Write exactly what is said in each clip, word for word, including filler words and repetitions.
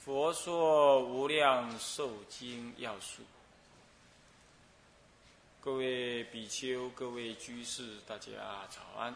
佛说无量寿经要素。各位比丘、各位居士，大家早安。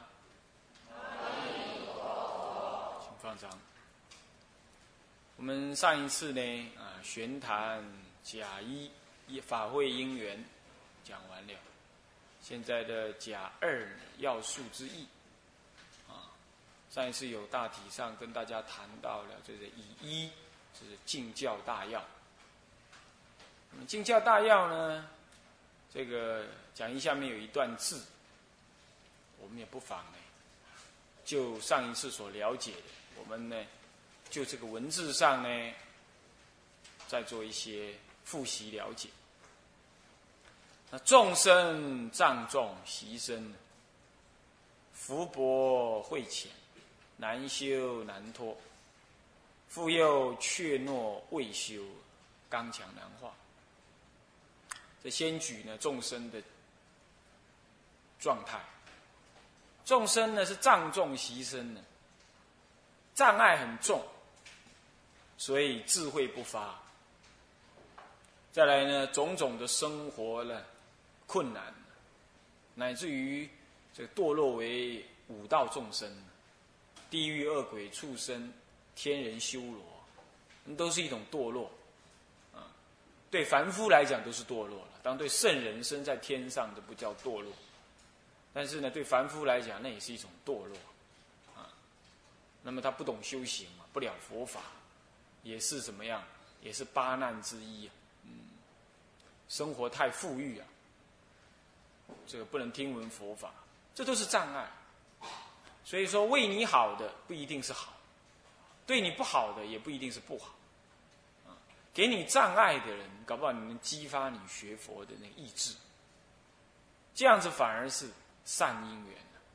请放掌。我们上一次呢，啊，玄谈甲一法会因缘讲完了，现在的甲二要素之意，啊，上一次有大体上跟大家谈到了这个以一，就是敬教大要。那么敬教大要呢，这个讲义下面有一段字，我们也不妨呢，就上一次所了解的，我们呢，就这个文字上呢，再做一些复习了解。那众生障重习深，福薄慧浅，难修难脱，复又怯懦未修，刚强难化。这先举呢众生的状态。众生呢是障重习深呢，障碍很重，所以智慧不发。再来呢，种种的生活呢困难，乃至于这个堕落为五道众生，地狱恶鬼畜生、天人修罗，都是一种堕落。啊，对凡夫来讲都是堕落了，当对圣人生在天上的不叫堕落，但是呢，对凡夫来讲那也是一种堕落。啊，那么他不懂修行嘛，不了佛法，也是怎么样？也是八难之一啊。嗯，生活太富裕啊。这个不能听闻佛法，这都是障碍。所以说，为你好的不一定是好，对你不好的也不一定是不好。啊，给你障碍的人，搞不好你能激发你学佛的那个意志，这样子反而是善因缘。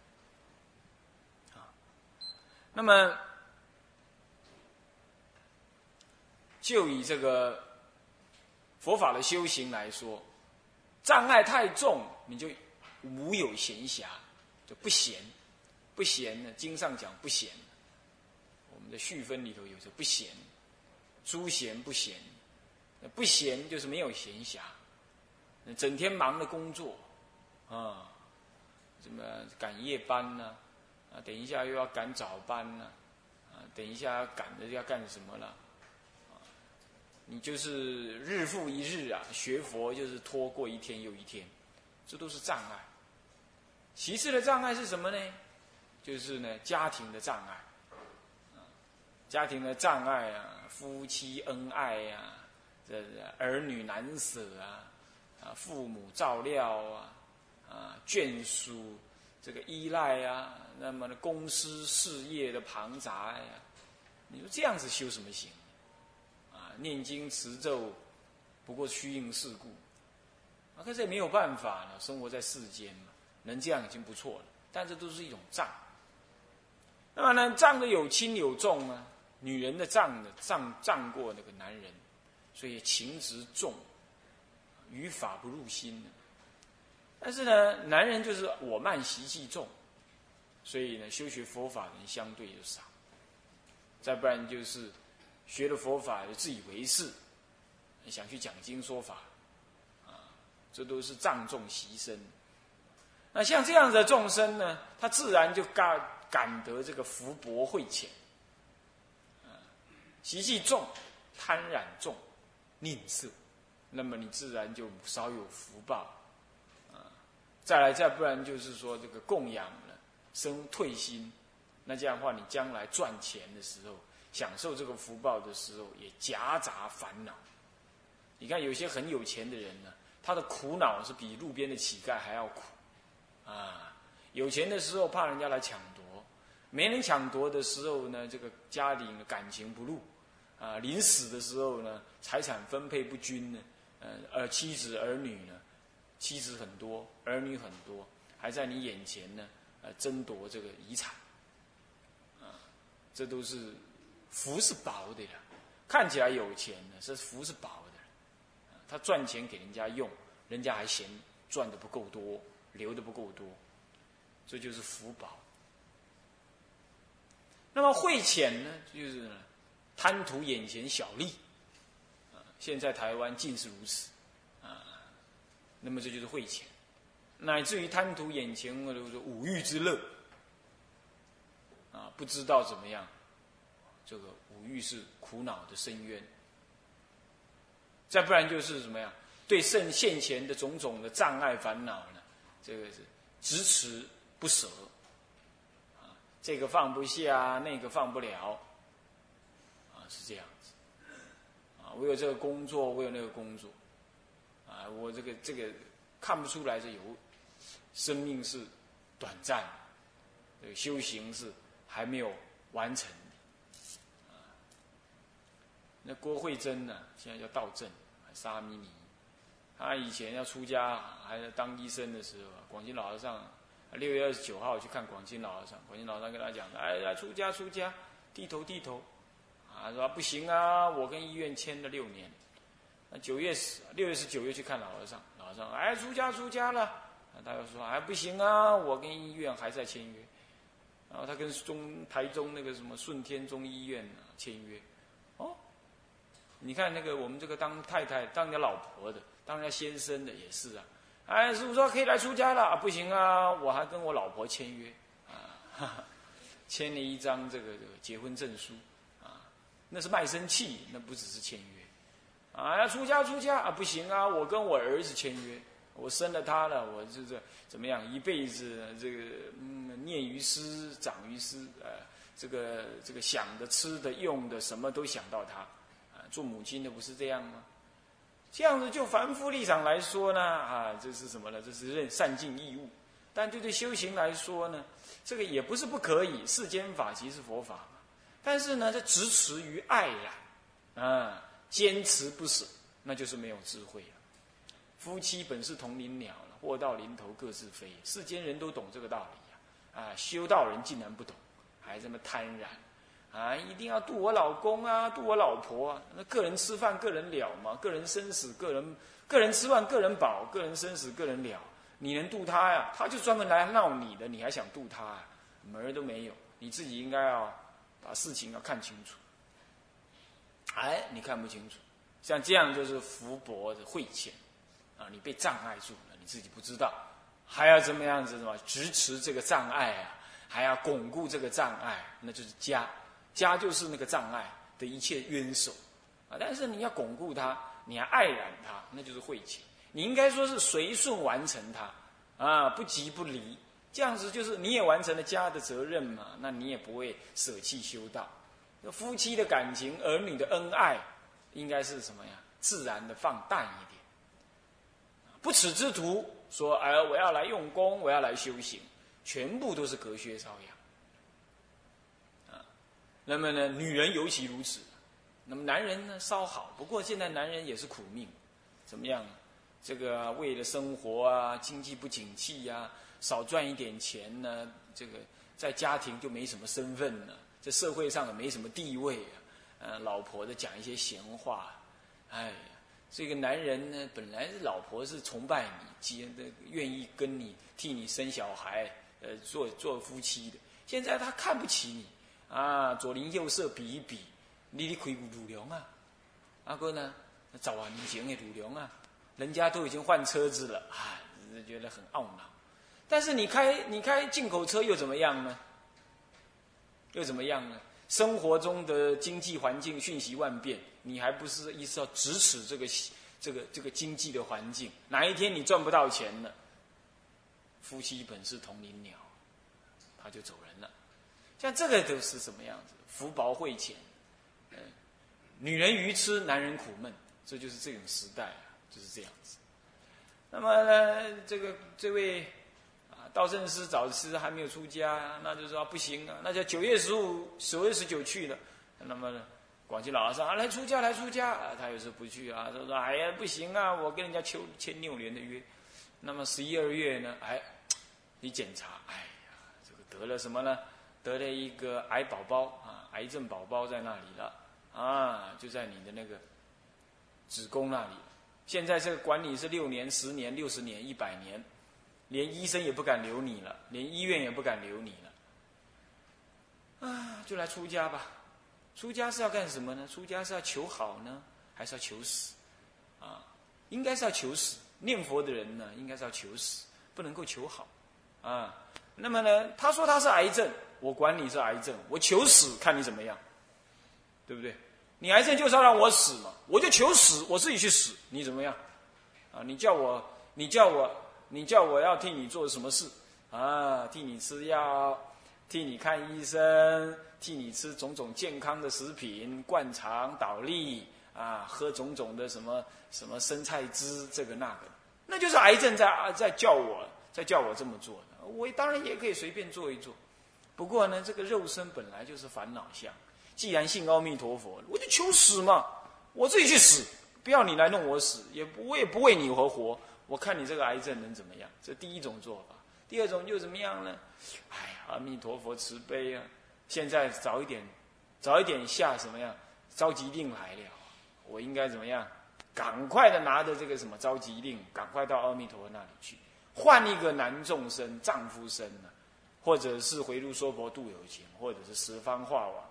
啊，那么就以这个佛法的修行来说，障碍太重，你就无有闲暇，就不闲。不闲呢，经上讲不闲。我们的序分里头有这不闲，诸闲不闲。不闲就是没有闲暇，整天忙着工作啊，什么赶夜班呢、啊？啊，等一下又要赶早班呢、啊？啊，等一下赶着要干什么了？啊，你就是日复一日啊，学佛就是拖过一天又一天，这都是障碍。其次的障碍是什么呢？就是呢，家庭的障碍，啊，家庭的障碍啊，夫妻恩爱啊，这儿女难舍啊，啊，父母照料啊，啊，眷属这个依赖啊，那么呢，公司事业的庞杂呀，你说这样子修什么行？啊，念经持咒，不过虚应世故，啊，可是也没有办法呢，生活在世间嘛，能这样已经不错了，但这都是一种障。那么呢，障的有轻有重啊。女人的障呢，障障过那个男人，所以情执重，于法不入心。但是呢，男人就是我慢习气重，所以呢，修学佛法的人相对就少。再不然就是学了佛法就自以为是，想去讲经说法，啊，这都是障重习深。那像这样子的众生呢，他自然就感感得这个福薄慧浅，啊，习气重，贪染重，吝啬，那么你自然就少有福报，啊，再来再不然就是说这个供养了，生退心，那这样的话你将来赚钱的时候，享受这个福报的时候，也夹杂烦恼。你看有些很有钱的人呢，他的苦恼是比路边的乞丐还要苦。啊，有钱的时候怕人家来抢夺，没人抢夺的时候呢，这个家里感情不睦，啊，临死的时候呢，财产分配不均呢，呃，而妻子儿女呢，妻子很多，儿女很多，还在你眼前呢，呃，争夺这个遗产，啊，这都是福是薄的了，看起来有钱呢，是福是薄的，啊，他赚钱给人家用，人家还嫌赚的不够多。留的不够多，这就是福薄。那么慧浅呢，就是呢贪图眼前小利，啊，现在台湾尽是如此，啊，那么这就是慧浅，乃至于贪图眼前的五欲之乐，啊，不知道怎么样，这个五欲是苦恼的深渊。再不然就是什么呀？对现现前的种种的障碍烦恼呢，这个是执持不舍，啊，这个放不下，那个放不了，啊，是这样子，啊，我有这个工作，我有那个工作，啊，我这个这个看不出来是有生命是短暂，这个修行是还没有完成。那郭慧珍呢？现在叫道正，沙弥尼。他以前要出家，还在当医生的时候，广清老和尚六月二十九号去看广清老和尚，广清老和尚跟他讲：“哎，来出家出家，低头低头。”啊，说不行啊，我跟医院签了六年。那九月十六月十九月去看老和尚，老和尚哎出家出家了，他又说哎不行啊，我跟医院还在签约。然后他跟中台中那个什么顺天中医院啊签约，哦。你看那个我们这个当太太、当人家老婆的、当人家先生的也是啊，哎，师父说可以来出家了，啊不行啊，我还跟我老婆签约啊，哈哈签了一张这个这个结婚证书啊，那是卖身契，那不只是签约啊，要出家出家啊，不行啊，我跟我儿子签约，我生了他了，我这这怎么样，一辈子这个嗯念于师长于师，呃，这个这个想的、吃的、用的，什么都想到他。做母亲的不是这样吗？这样子就凡夫立场来说呢，啊，这是什么呢？这是认善尽义务。但对对修行来说呢，这个也不是不可以。世间法即是佛法嘛。但是呢，这执持于爱染，啊，坚持不舍，那就是没有智慧了。夫妻本是同林鸟了，祸到临头各自飞。世间人都懂这个道理呀，啊，修道人竟然不懂，还这么贪婪。啊，一定要度我老公啊，度我老婆啊！那个人吃饭，个人了嘛，个人生死，个人个人吃饭，个人饱，个人生死，个人了。你能度他呀？他就专门来闹你的，你还想度他呀？门儿都没有。你自己应该要把事情要看清楚。哎，你看不清楚，像这样就是福薄的慧浅啊！你被障碍住了，你自己不知道，还要怎么样子什么支持这个障碍啊？还要巩固这个障碍，那就是家。家就是那个障碍的一切冤首啊！但是你要巩固它，你要爱染它，那就是慧浅。你应该说是随顺完成它啊，不急不离，这样子就是你也完成了家的责任嘛，那你也不会舍弃修道。夫妻的感情、儿女的恩爱，应该是什么呀？自然的放淡一点。不耻之徒说：“哎，我要来用功，我要来修行，全部都是隔靴搔痒。”那么呢，女人尤其如此。那么男人呢，稍好。不过现在男人也是苦命，怎么样？这个为了生活啊，经济不景气呀、啊，少赚一点钱呢，这个在家庭就没什么身份了，在社会上也没什么地位啊。呃，老婆的讲一些闲话，哎呀，这个男人呢，本来是老婆是崇拜你，接的愿意跟你替你生小孩，呃，做做夫妻的。现在他看不起你。啊，左邻右舍比一比，你你开鲁龙啊？阿哥呢？早啊年前的鲁龙啊，人家都已经换车子了，啊，觉得很懊恼。但是你开你开进口车又怎么样呢？又怎么样呢？生活中的经济环境瞬息万变，你还不是意思要支持这个这个这个经济的环境？哪一天你赚不到钱了，夫妻本是同林鸟，他就走人了。像这个都是什么样子？福薄慧浅，嗯，女人愚痴，男人苦闷，这就是这种时代啊，就是这样子。那么呢，这个这位啊，道正师早师还没有出家，那就说不行啊，那就九月十五、十月十九去了。那么呢，广西老和尚啊，来出家，来出家啊，他又是不去啊，他说哎呀不行啊，我跟人家签签六年的约。那么十一二月呢，哎，一检查，哎呀，这个得了什么呢？得了一个癌宝宝啊，癌症宝宝在那里了啊，就在你的那个子宫那里。现在这个管理是六年、十年、六十年、一百年，连医生也不敢留你了，连医院也不敢留你了，啊，就来出家吧。 出家是要干什么呢？出家是要求好呢，还是要求死？啊，应该是要求死。念佛的人呢，应该是要求死，不能够求好。啊，那么呢，他说他是癌症，我管你是癌症，我求死看你怎么样，对不对？你癌症就是要让我死嘛，我就求死，我自己去死，你怎么样？啊，你叫我，你叫我，你叫我要替你做什么事啊？替你吃药，替你看医生，替你吃种种健康的食品，灌肠导粒啊，喝种种的什么什么生菜汁，这个那个，那就是癌症在在叫我，在叫我这么做的。我当然也可以随便做一做，不过呢，这个肉身本来就是烦恼相。既然信阿弥陀佛，我就求死嘛，我自己去死，不要你来弄我死，也不我也不为你而活。我看你这个癌症能怎么样？这第一种做法。第二种就怎么样呢？哎呀，阿弥陀佛慈悲啊！现在早一点，早一点下什么样召集令来了，我应该怎么样？赶快的拿着这个什么召集令，赶快到阿弥陀佛那里去，换一个男众生、丈夫身呢、啊，或者是回入娑婆度有情，或者是十方化王。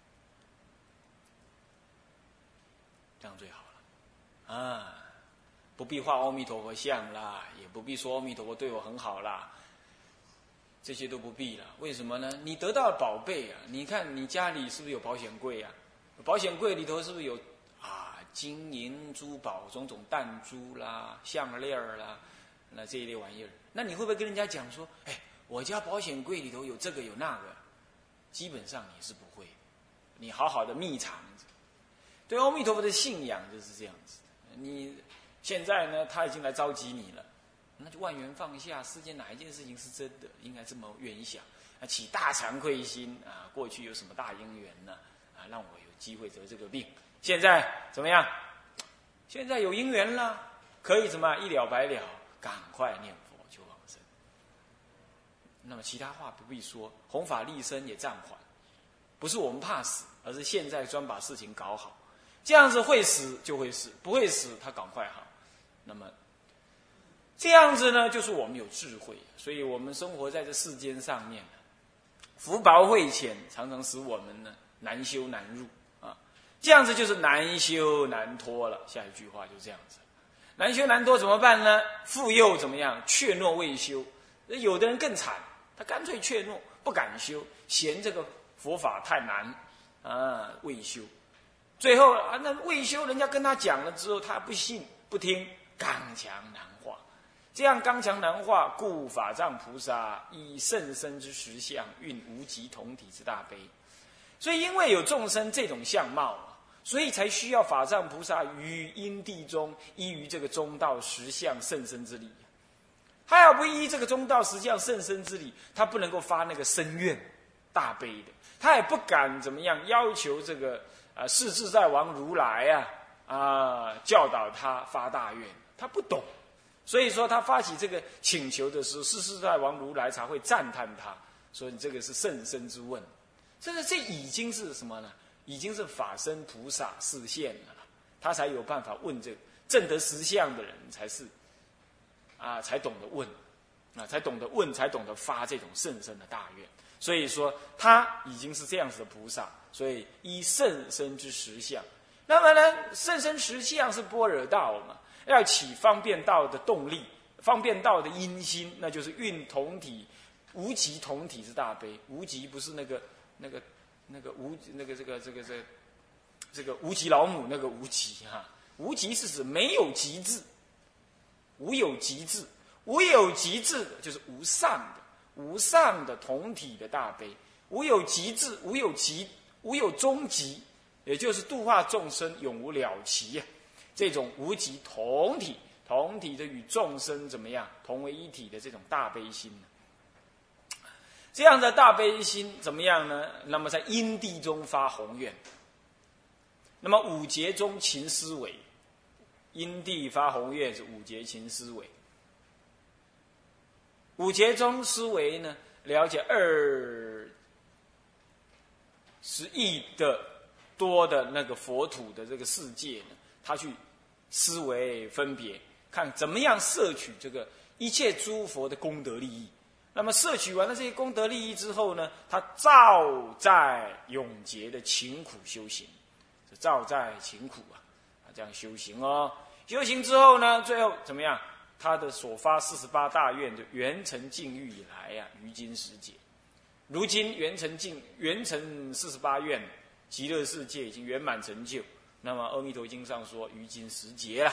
这样最好了，啊，不必画阿弥陀佛像啦，也不必说阿弥陀佛对我很好啦，这些都不必了。为什么呢？你得到了宝贝啊！你看你家里是不是有保险柜啊？保险柜里头是不是有啊金银珠宝、种种弹珠啦、项链啦，那这一类玩意儿？那你会不会跟人家讲说，哎，我家保险柜里头有这个有那个？基本上你是不会，你好好的密藏着。对阿弥陀佛的信仰就是这样子的。你现在呢，他已经来召集你了，那就万缘放下，世间哪一件事情是真的，应该这么愿想，啊，起大惭愧心啊！过去有什么大因缘呢？啊，让我有机会得这个病。现在怎么样？现在有因缘了，可以怎么一了百了？赶快念佛求往生。那么其他话不必说，弘法利生也暂缓，不是我们怕死，而是现在专把事情搞好。这样子会死就会死，不会死他赶快好。那么这样子呢，就是我们有智慧，所以我们生活在这世间上面，福薄慧浅，常常使我们呢难修难入啊。这样子就是难修难脱了。下一句话就这样子，难修难脱怎么办呢？复又怎么样？怯懦未修。有的人更惨，他干脆怯懦，不敢修，嫌这个佛法太难啊，未修。最后啊，那未修，人家跟他讲了之后，他不信不听，刚强难化。这样刚强难化，故法藏菩萨以甚深之实相，蕴无极同体之大悲。所以，因为有众生这种相貌啊，所以才需要法藏菩萨于因地中依于这个中道实相甚深之理。他要不依这个中道实相甚深之理，他不能够发那个深愿大悲的，他也不敢怎么样要求这个。啊，世自在王如来啊啊，教导他发大愿，他不懂，所以说他发起这个请求的时候，世自在王如来才会赞叹他，说你这个是甚深之问。这个这已经是什么呢？已经是法身菩萨示现了，他才有办法问这个证得实相的人才是啊，才懂得问啊，才懂得问，才懂得发这种甚深的大愿。所以说他已经是这样子的菩萨。所以依甚深之实相，那么呢，甚深实相是般若道嘛，要起方便道的动力，方便道的因心，那就是运同体、无极同体之大悲。无极不是那个那个那个无那个这个这个这个这个无极老母那个无极哈，无极是指没有极致，无有极致，无有极致的就是无上的，无上的同体的大悲，无有极致，无有极。无有终极，也就是度化众生永无了期呀、啊。这种无极同体，同体的与众生怎么样同为一体的这种大悲心呢？这样的大悲心怎么样呢？那么在因地中发宏愿，那么五劫中勤思维，因地发宏愿是五劫勤思维。五劫中思维呢，了解二。十亿的多的那个佛土的这个世界呢，他去思维分别，看怎么样摄取这个一切诸佛的功德利益那么摄取完了这些功德利益之后呢，他照在永劫的勤苦修行，是照在勤苦啊，啊这样修行哦。修行之后呢，最后怎么样？他的所发四十八大愿就圆成境遇以来呀、啊，于今十劫。如今圆成境圆成四十八愿，极乐世界已经圆满成就。那么《阿弥陀经》上说，于今十劫了。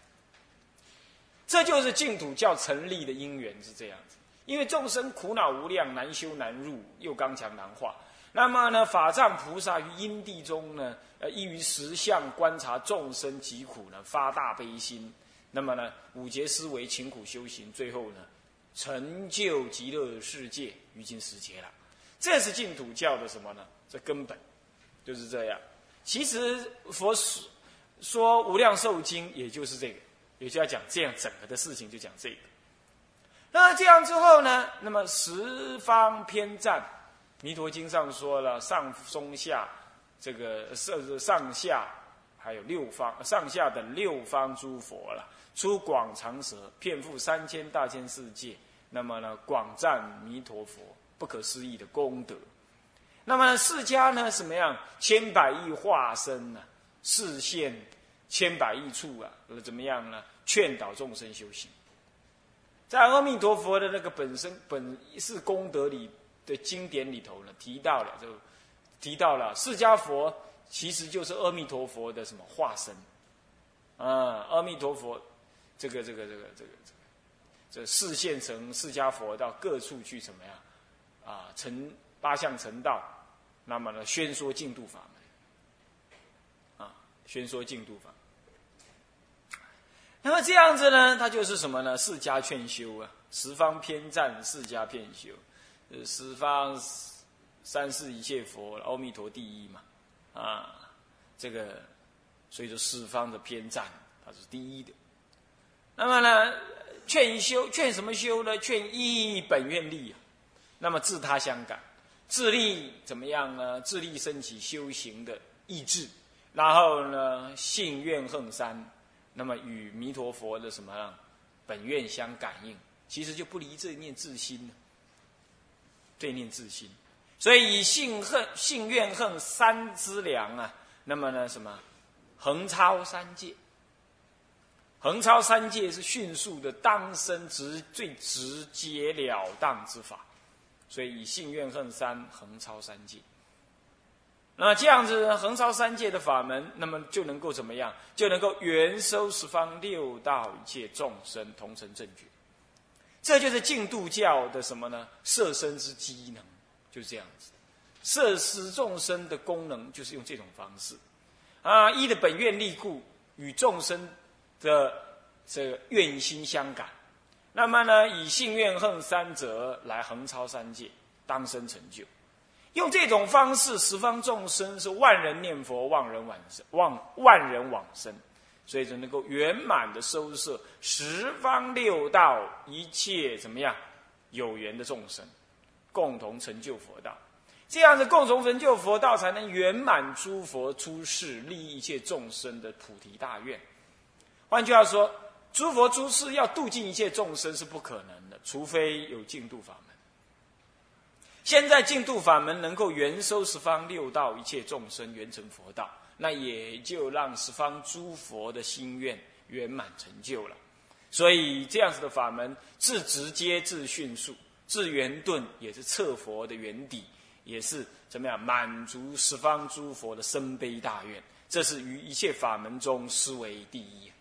这就是净土教成立的因缘是这样子。因为众生苦恼无量，难修难入，又刚强难化。那么呢，法藏菩萨于因地中呢，呃，依于实相观察众生疾苦呢，发大悲心。那么呢，五劫思维勤苦修行，最后呢，成就极乐世界，于今十劫了。这是净土教的什么呢？这根本就是这样。其实佛说无量寿经，也就是这个，也就要讲这样整个的事情，就讲这个。那这样之后呢？那么十方偏赞，弥陀经上说了，上中下这个上上下还有六方上下等六方诸佛了，出广长舌，遍覆三千大千世界。那么呢，广赞弥陀佛不可思议的功德。那么释迦呢，什么样？千百亿化身呢、啊，示现千百亿处啊，怎么样呢？劝导众生修行。在阿弥陀佛的那个本身本是功德里的经典里头呢，提到了就提到了释迦佛其实就是阿弥陀佛的什么化身啊？阿弥陀佛这个这个这个这个这个这示现成释迦佛到各处去怎么样啊？成八相成道，那么呢宣说净土法门啊，宣说净土法门。那么这样子呢，它就是什么呢？释迦劝修啊，十方偏赞释迦劝修，呃，十方三世一切佛，阿弥陀第一嘛，啊，这个所以说十方的偏赞，它是第一的。那么呢，劝修劝什么修呢？劝一本愿力啊。那么自他相感，自力怎么样呢？自力升起修行的意志，然后呢，信愿恨三。那么与弥陀佛的什么本愿相感应，其实就不离这念自心了。这念自心，所以以信恨、信愿恨三资粮啊，那么呢什么横超三界，横超三界是迅速的当生直最直截了当之法，所以以信愿恨三横超三界。那么这样子横超三界的法门，那么就能够怎么样？就能够圆收十方六道一切众生同成正觉。这就是净土教的什么呢？摄身之机能，就是这样子。摄施众生的功能，就是用这种方式啊，一的本愿力故，与众生的这个愿心相感。那么呢，以信愿恨三者来横超三界，当生成就。用这种方式，十方众生是万人念佛，万人往生，万万人往生，所以就能够圆满的收摄十方六道一切怎么样有缘的众生，共同成就佛道。这样子共同成就佛道，才能圆满诸佛出世利益一切众生的菩提大愿。换句话说，诸佛出世要度尽一切众生是不可能的，除非有净土法门。现在净土法门能够圆收十方六道一切众生，圆成佛道，那也就让十方诸佛的心愿圆满成就了。所以这样子的法门，自直接、自迅速、自圆顿，也是测佛的原底，也是怎么样满足十方诸佛的深悲大愿。这是于一切法门中实为第一。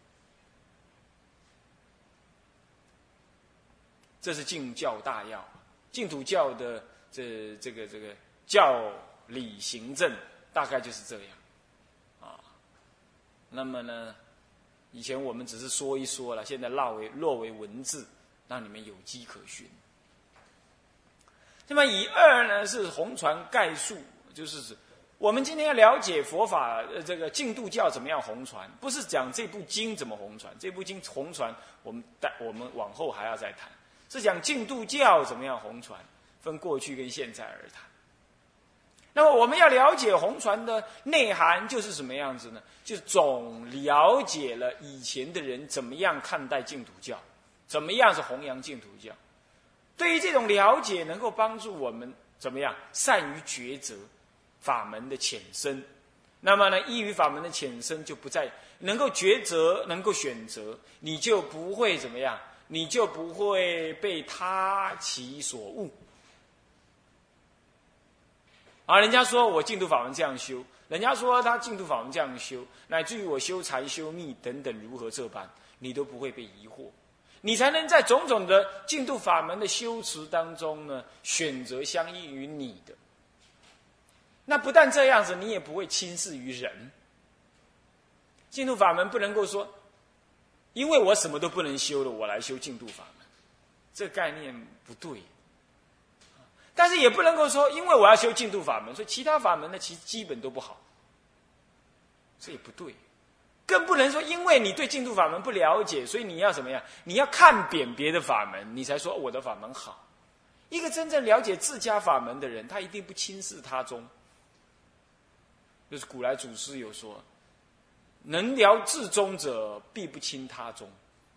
这是净教大要。净土教的这这个这个教理行政大概就是这样啊。那么呢，以前我们只是说一说了，现在落为落为文字，让你们有迹可循。那么以二呢是红传概述，就是指我们今天要了解佛法，呃，这个净土教怎么样红传，不是讲这部经怎么红传，这部经红传我们带我们往后还要再谈。是讲净土教怎么样红传，分过去跟现在而谈。那么我们要了解红传的内涵就是什么样子呢？就是总了解了以前的人怎么样看待净土教，怎么样是弘扬净土教。 对于这种了解，能够帮助我们怎么样善于抉择法门的浅深。那么呢，依于法门的浅深，就不再能够抉择，能够选择，你就不会怎么样，你就不会被他其所误。啊，人家说我净土法门这样修，人家说他净土法门这样修，乃至于我修禅修密等等如何这般，你都不会被疑惑，你才能在种种的净土法门的修持当中呢，选择相应于你的。那不但这样子，你也不会轻视于人。净土法门不能够说，因为我什么都不能修了，我来修净土法门，这个概念不对。但是也不能够说，因为我要修净土法门，所以其他法门呢，其基本都不好，这也不对。更不能说，因为你对净土法门不了解，所以你要怎么样？你要看扁别的法门，你才说我的法门好。一个真正了解自家法门的人，他一定不轻视他宗。就是古来祖师有说，能了自宗者，必不轻他宗。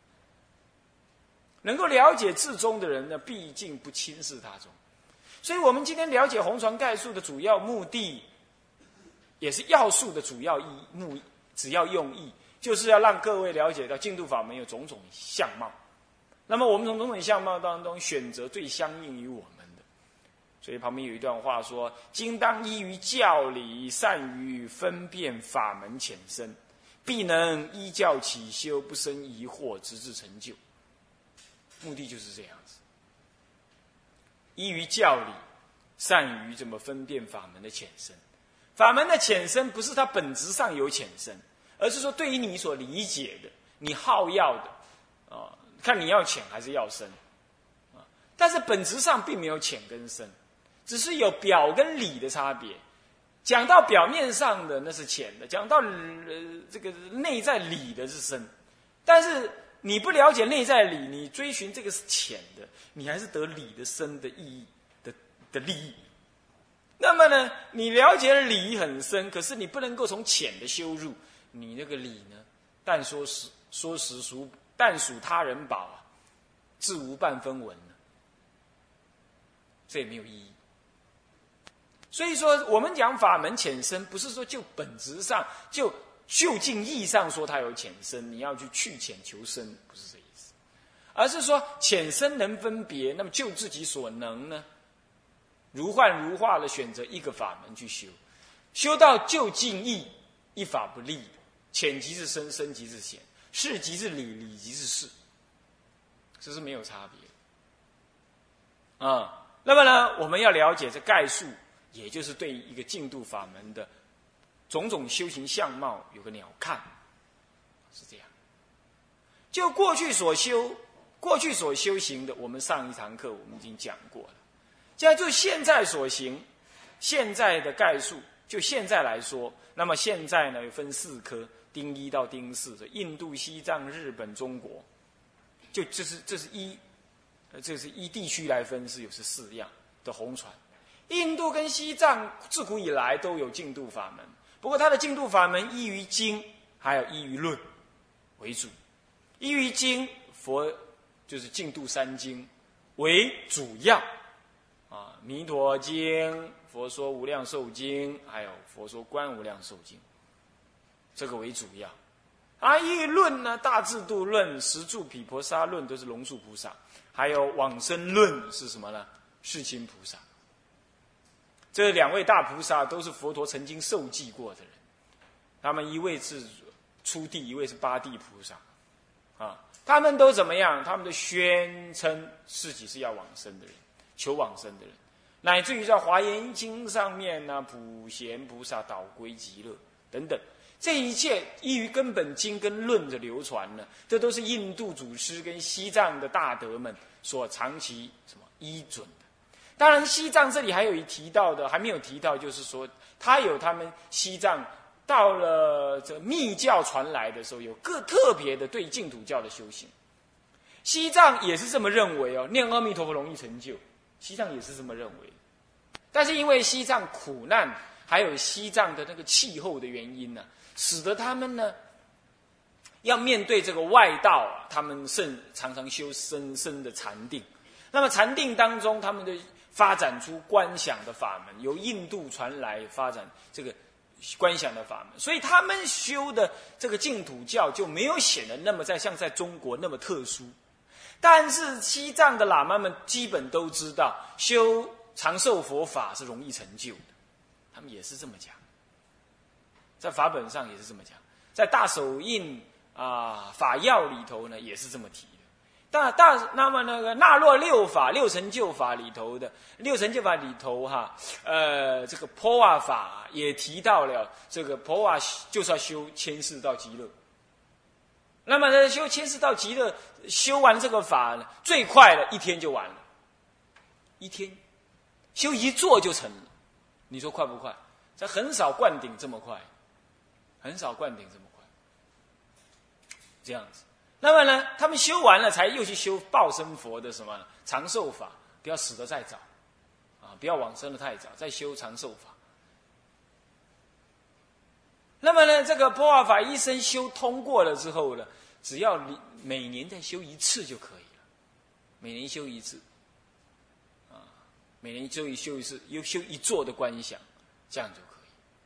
能够了解自宗的人呢，毕竟不轻视他宗。所以我们今天了解红传概述的主要目的，也是要素的主要意目，只要用意，就是要让各位了解到净土法门有种种相貌。那么我们从种种相貌当中选择最相应于我们的。所以旁边有一段话说：“今当依于教理，善于分辨法门浅深，必能依教起修，不生疑惑，直至成就。”目的就是这样子。依于教理，善于怎么分辨法门的浅深。法门的浅深不是它本质上有浅深，而是说对于你所理解的、你好要的，啊、呃，看你要浅还是要深，啊、呃，但是本质上并没有浅跟深，只是有表跟里的差别。讲到表面上的那是浅的，讲到呃这个内在里的是深，但是你不了解内在理，你追寻这个是浅的，你还是得理的深的意义的的利益。那么呢，你了解理很深，可是你不能够从浅的修入，你那个理呢，但说实说实属但属他人宝啊，自无半分文呢，这也没有意义。所以说，我们讲法门浅深，不是说就本质上就就近意义上说它有浅深，你要去去浅求深，不是这意思，而是说浅深能分别，那么就自己所能呢，如幻如化的选择一个法门去修，修到就近义，一法不立，浅即是深，深即是浅，是即是理，理即是事，这是没有差别啊、嗯。那么呢，我们要了解这概述，也就是对一个净土法门的种种修行相貌有个鸟看，是这样。就过去所修、过去所修行的，我们上一堂课我们已经讲过了。现在就现在所行，现在的概述，就现在来说，那么现在呢，有分四科，丁一到丁四，印度、西藏、日本、中国，就这是这是一，这是依地区来分，是有是四样的红传。印度跟西藏自古以来都有净土法门，不过它的净土法门依于经，还有依于论为主。依于经，佛就是净土三经为主要。啊，弥陀经、佛说无量寿经，还有佛说观无量寿经，这个为主要。而依于论呢，大智度论、十住毗婆沙论都是龙树菩萨，还有往生论是什么呢？世亲菩萨。这两位大菩萨都是佛陀曾经受记过的人，他们一位是初地，一位是八地菩萨，啊，他们都怎么样？他们都宣称自己是要往生的人。求往生的人，乃至于在《华严经》上面呢，普贤菩萨导归极乐等等，这一切依于根本经跟论的流传呢，这都是印度祖师跟西藏的大德们所长期什么依准的。当然，西藏这里还有一提到的，还没有提到，就是说，他有他们西藏到了这密教传来的时候，有各特别的对净土教的修行。西藏也是这么认为哦，念阿弥陀佛容易成就。西藏也是这么认为，但是因为西藏苦难，还有西藏的那个气候的原因呢，使得他们呢要面对这个外道啊，他们甚常常修深深的禅定。 那么禅定当中，他们的发展出观想的法门，由印度传来发展这个观想的法门，所以他们修的这个净土教就没有显得那么在像在中国那么特殊。但是西藏的喇嘛们基本都知道，修长寿佛法是容易成就的，他们也是这么讲，在法本上也是这么讲，在大手印啊法要里头呢也是这么提的。大大那么那个纳洛六法六成就法里头的六成就法里头哈，呃，这个婆瓦法也提到了，这个婆瓦就是要修千世到极乐。那么呢，修千世到极乐，修完这个法呢，最快的一天就完了，一天修一座就成了。你说快不快？这很少灌顶这么快，很少灌顶这么快，这样子。那么呢，他们修完了，才又去修报身佛的什么呢？长寿法，不要死得太早，啊，不要往生得太早，再修长寿法。那么呢，这个波瓦法一生修通过了之后呢，只要你每年再修一次就可以了，每年修一次，啊，每年修一修一次，又修一座的观想，这样就可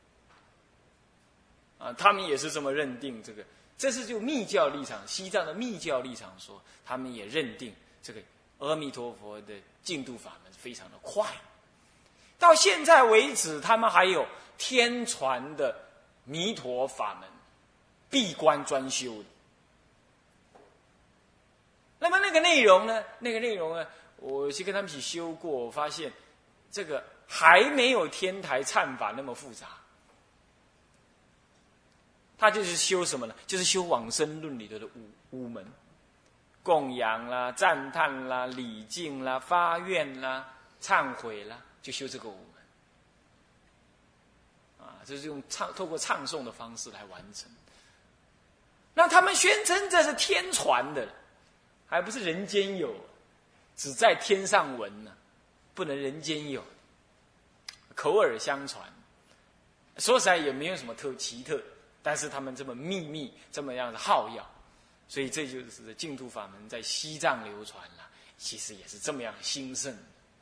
以。啊，他们也是这么认定这个。这是就密教立场，西藏的密教立场说，他们也认定这个阿弥陀佛的净土法门非常的快。到现在为止，他们还有天传的弥陀法门，闭关专修的。那么那个内容呢？那个内容呢？我去跟他们一起修过，我发现这个还没有天台忏法那么复杂。他就是修什么呢？就是修往生论里头的五五门，供养啦、赞叹啦、礼敬啦、发愿啦、忏悔啦，就修这个五门。啊，这是用唱透过唱诵的方式来完成。那他们宣称这是天传的，还不是人间有，只在天上闻呢、啊，不能人间有，口耳相传。说实在也没有什么特奇特。但是他们这么秘密，这么样的好要，所以这就是净土法门在西藏流传了，其实也是这么样兴盛。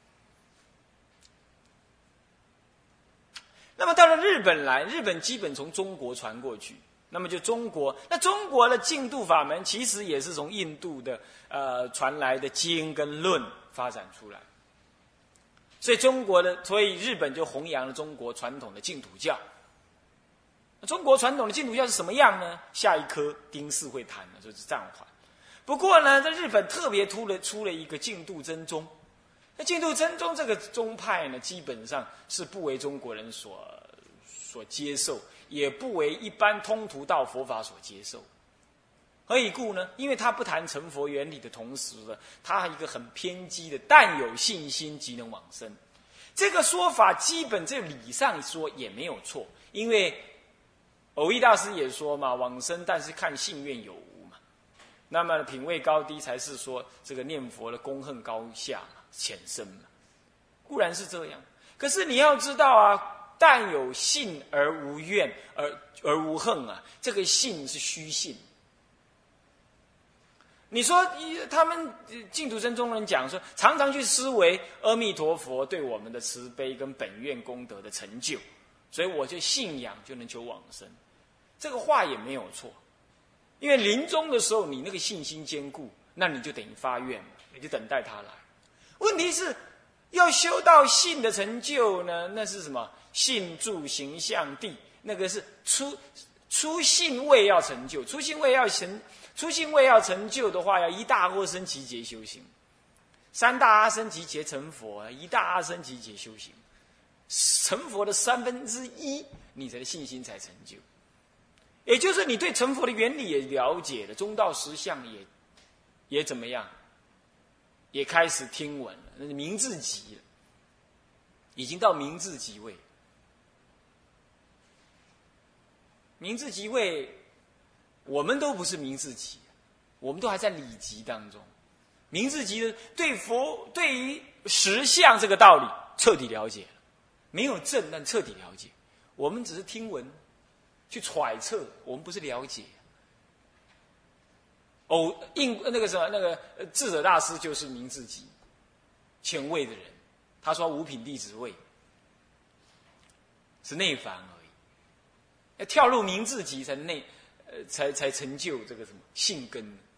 那么到了日本来，日本基本从中国传过去，那么就中国，那中国的净土法门其实也是从印度的呃传来的经跟论发展出来，所以中国的，所以日本就弘扬了中国传统的净土教。中国传统的净土教是什么样呢？下一科丁氏会谈的，就是暂缓。不过呢，在日本特别出了出了一个净土真宗。那净土真宗这个宗派呢，基本上是不为中国人所所接受，也不为一般通途道佛法所接受。何以故呢？因为他不谈成佛原理的同时呢，他还有一个很偏激的，但有信心即能往生。这个说法基本这理上说也没有错，因为藕益大师也说嘛，往生但是看信愿有无嘛。那么品位高低才是说这个念佛的功恨高下嘛，浅深嘛。固然是这样，可是你要知道啊，但有信而无怨而而无恨啊，这个信是虚信。你说他们净土真宗人讲说，常常去思维阿弥陀佛对我们的慈悲跟本愿功德的成就，所以我就信仰就能求往生。这个话也没有错，因为临终的时候你那个信心坚固，那你就等于发愿，你就等待他来。问题是要修到信的成就呢，那是什么？信住形象地，那个是初初信位要成就，初信位要成，初信位要成就的话，要一大阿僧祇劫修行，三大阿僧祇劫成佛，一大阿僧祇劫修行，成佛的三分之一，你的信心才成就。也就是你对成佛的原理也了解了，中道实相也也怎么样，也开始听闻了，那是明智极了，已经到明智极位。明智极位，我们都不是明智极，我们都还在理极当中。明智极的对佛对于实相这个道理彻底了解了，没有证但彻底了解，我们只是听闻。去揣测，我们不是了解。哦，应那个什么，那个智者大师就是明智极， 前位的人，他说五品弟子位是内凡而已，要跳入明智级才内，呃，才才成就这个什么性根。